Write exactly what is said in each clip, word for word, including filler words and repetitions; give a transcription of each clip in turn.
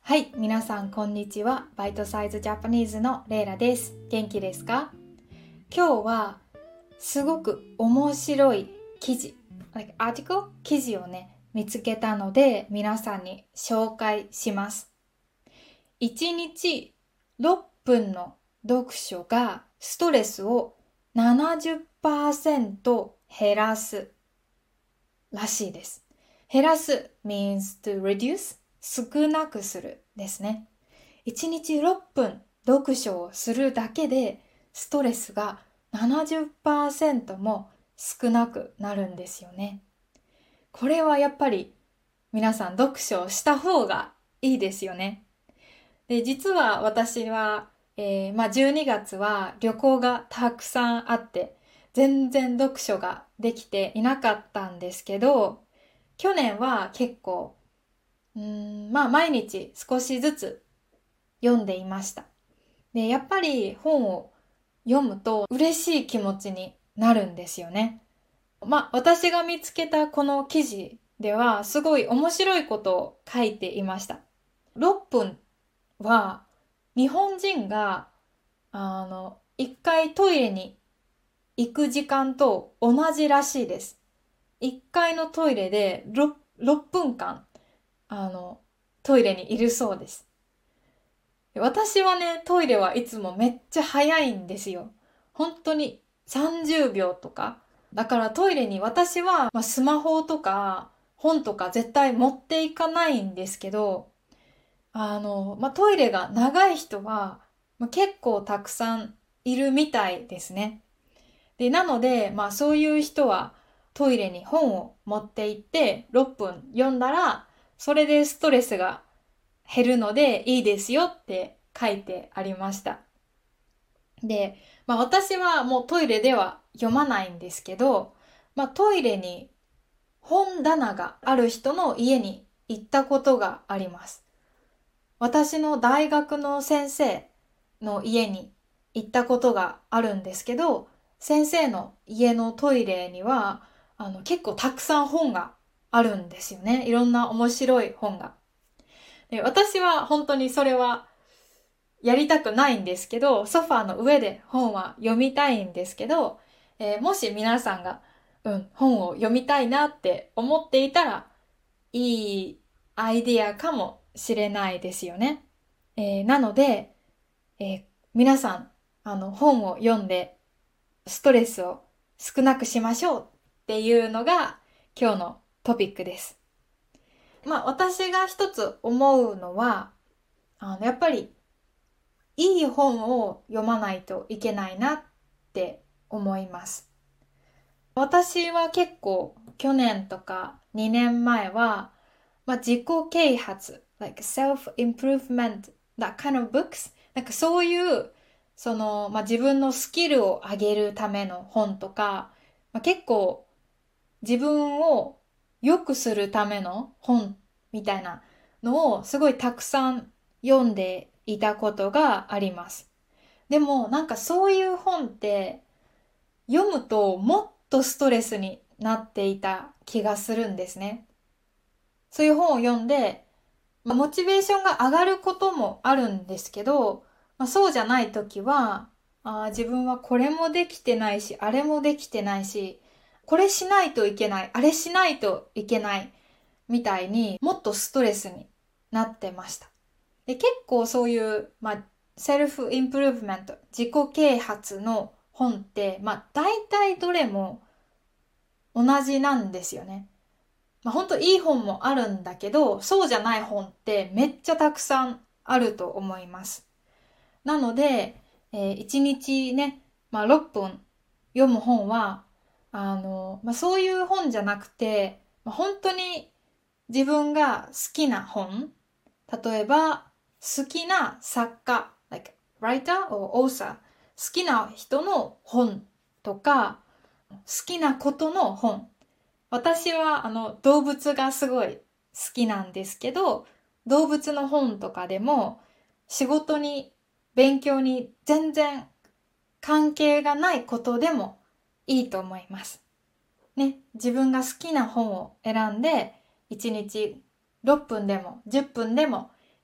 はい、皆さんこんにちは。バイトサイズジャパニーズのレイラです。元気ですか？今日はすごく面白い記事、like article 記事をね、見つけたので皆さんに紹介します。いちにちろっぷんの読書がストレスを ななじゅっパーセント 減らすらしいです。減らす means to reduce 少なくするですね。いちにちろっぷん読書をするだけでストレスが ななじゅっパーセント も少なくなるんですよね。これはやっぱり皆さん読書をした方がいいですよね。で、実は私は、えーまあ、じゅうにがつは旅行がたくさんあって全然読書ができていなかったんですけど、去年は結構うーんまあ毎日少しずつ読んでいました。で、やっぱり本を読むと嬉しい気持ちになるんですよね。まあ私が見つけたこの記事ではすごい面白いことを書いていました。ろっぷんは日本人があの一回トイレに行く時間と同じらしいです。一回のトイレで 6, ろっぷんかんあのトイレにいるそうです。私はね、トイレはいつもめっちゃ早いんですよ。本当にさんじゅうびょうとか。だからトイレに私は、まあ、スマホとか本とか絶対持っていかないんですけど、あの、まあ、トイレが長い人は、まあ、結構たくさんいるみたいですね。で、なので、まあそういう人はトイレに本を持って行ってろっぷん読んだら、それでストレスが減るのでいいですよって書いてありました。で、まあ私はもうトイレでは読まないんですけど、まあトイレに本棚がある人の家に行ったことがあります。私の大学の先生の家に行ったことがあるんですけど、先生の家のトイレにはあの結構たくさん本があるんですよね。いろんな面白い本が。で、私は本当にそれはやりたくないんですけど、ソファーの上で本は読みたいんですけど、えーもし皆さんが、うん、本を読みたいなって思っていたら、いいアイディアかもしれないですよね。えーなので、えー皆さん、あの、本を読んで、ストレスを少なくしましょうっていうのが今日のトピックです。まあ私が一つ思うのは、あのやっぱりいい本を読まないといけないなって思います。私は結構去年とかにねんまえは、まあ、自己啓発、like self-improvement, that kind of books, なんかそういうその、まあ、自分のスキルを上げるための本とか、まあ、結構自分を良くするための本みたいなのをすごいたくさん読んでいたことがあります。でもなんかそういう本って読むともっとストレスになっていた気がするんですね。そういう本を読んで、まあ、モチベーションが上がることもあるんですけど、まあ、そうじゃないときは、あー自分はこれもできてないし、あれもできてないし、これしないといけない、あれしないといけない、みたいにもっとストレスになってました。で、結構そういう、まあ、セルフインプルーブメント、自己啓発の本って、まあ、大体どれも同じなんですよね。まあ、本当いい本もあるんだけど、そうじゃない本ってめっちゃたくさんあると思います。なので、えー、いちにちね、まあ、ろっぷん読む本は、あの、まあ、そういう本じゃなくて、まあ、本当に自分が好きな本、例えば好きな作家、like writer or author、好きな人の本とか、好きなことの本。私はあの動物がすごい好きなんですけど、動物の本とかでも仕事に勉強に全然関係がないことでもいいと思います。ね、自分が好きな本を選んでいちにちろっぷんでもじゅっぷんでも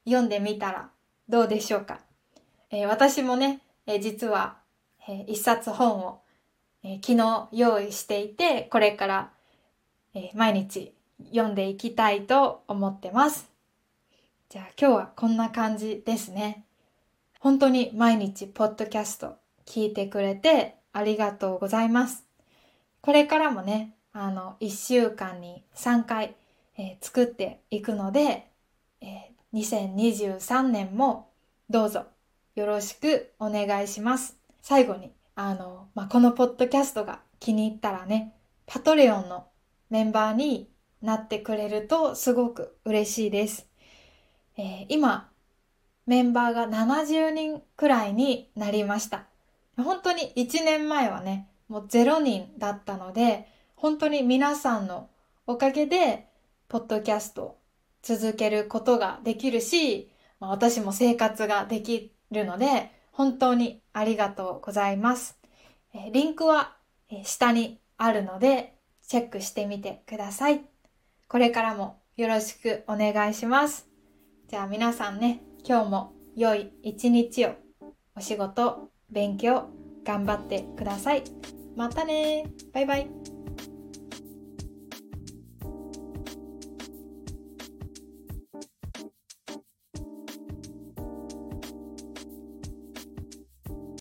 読んでみたらどうでしょうか。えー、私もね、えー、実は、えー、一冊本を、えー、昨日用意していて、これから、えー、毎日読んでいきたいと思ってます。じゃあ今日はこんな感じですね。本当に毎日ポッドキャスト聞いてくれてありがとうございます。これからもね、あの、いっしゅうかんにさんかい、えー、作っていくので、えー、にせんにじゅうさんねんもどうぞよろしくお願いします。最後に、あの、まあ、このポッドキャストが気に入ったらね、パトレオンのメンバーになってくれるとすごく嬉しいです。えー、今、メンバーがななじゅうにんくらいになりました。本当にいちねんまえはね、もうゼロにんだったので、本当に皆さんのおかげで、ポッドキャストを続けることができるし、まあ、私も生活ができるので、本当にありがとうございます。えー、リンクは下にあるので、チェックしてみてください。これからもよろしくお願いします。じゃあ皆さんね、今日も良い一日を、お仕事、勉強、頑張ってください。またね。バイバイ。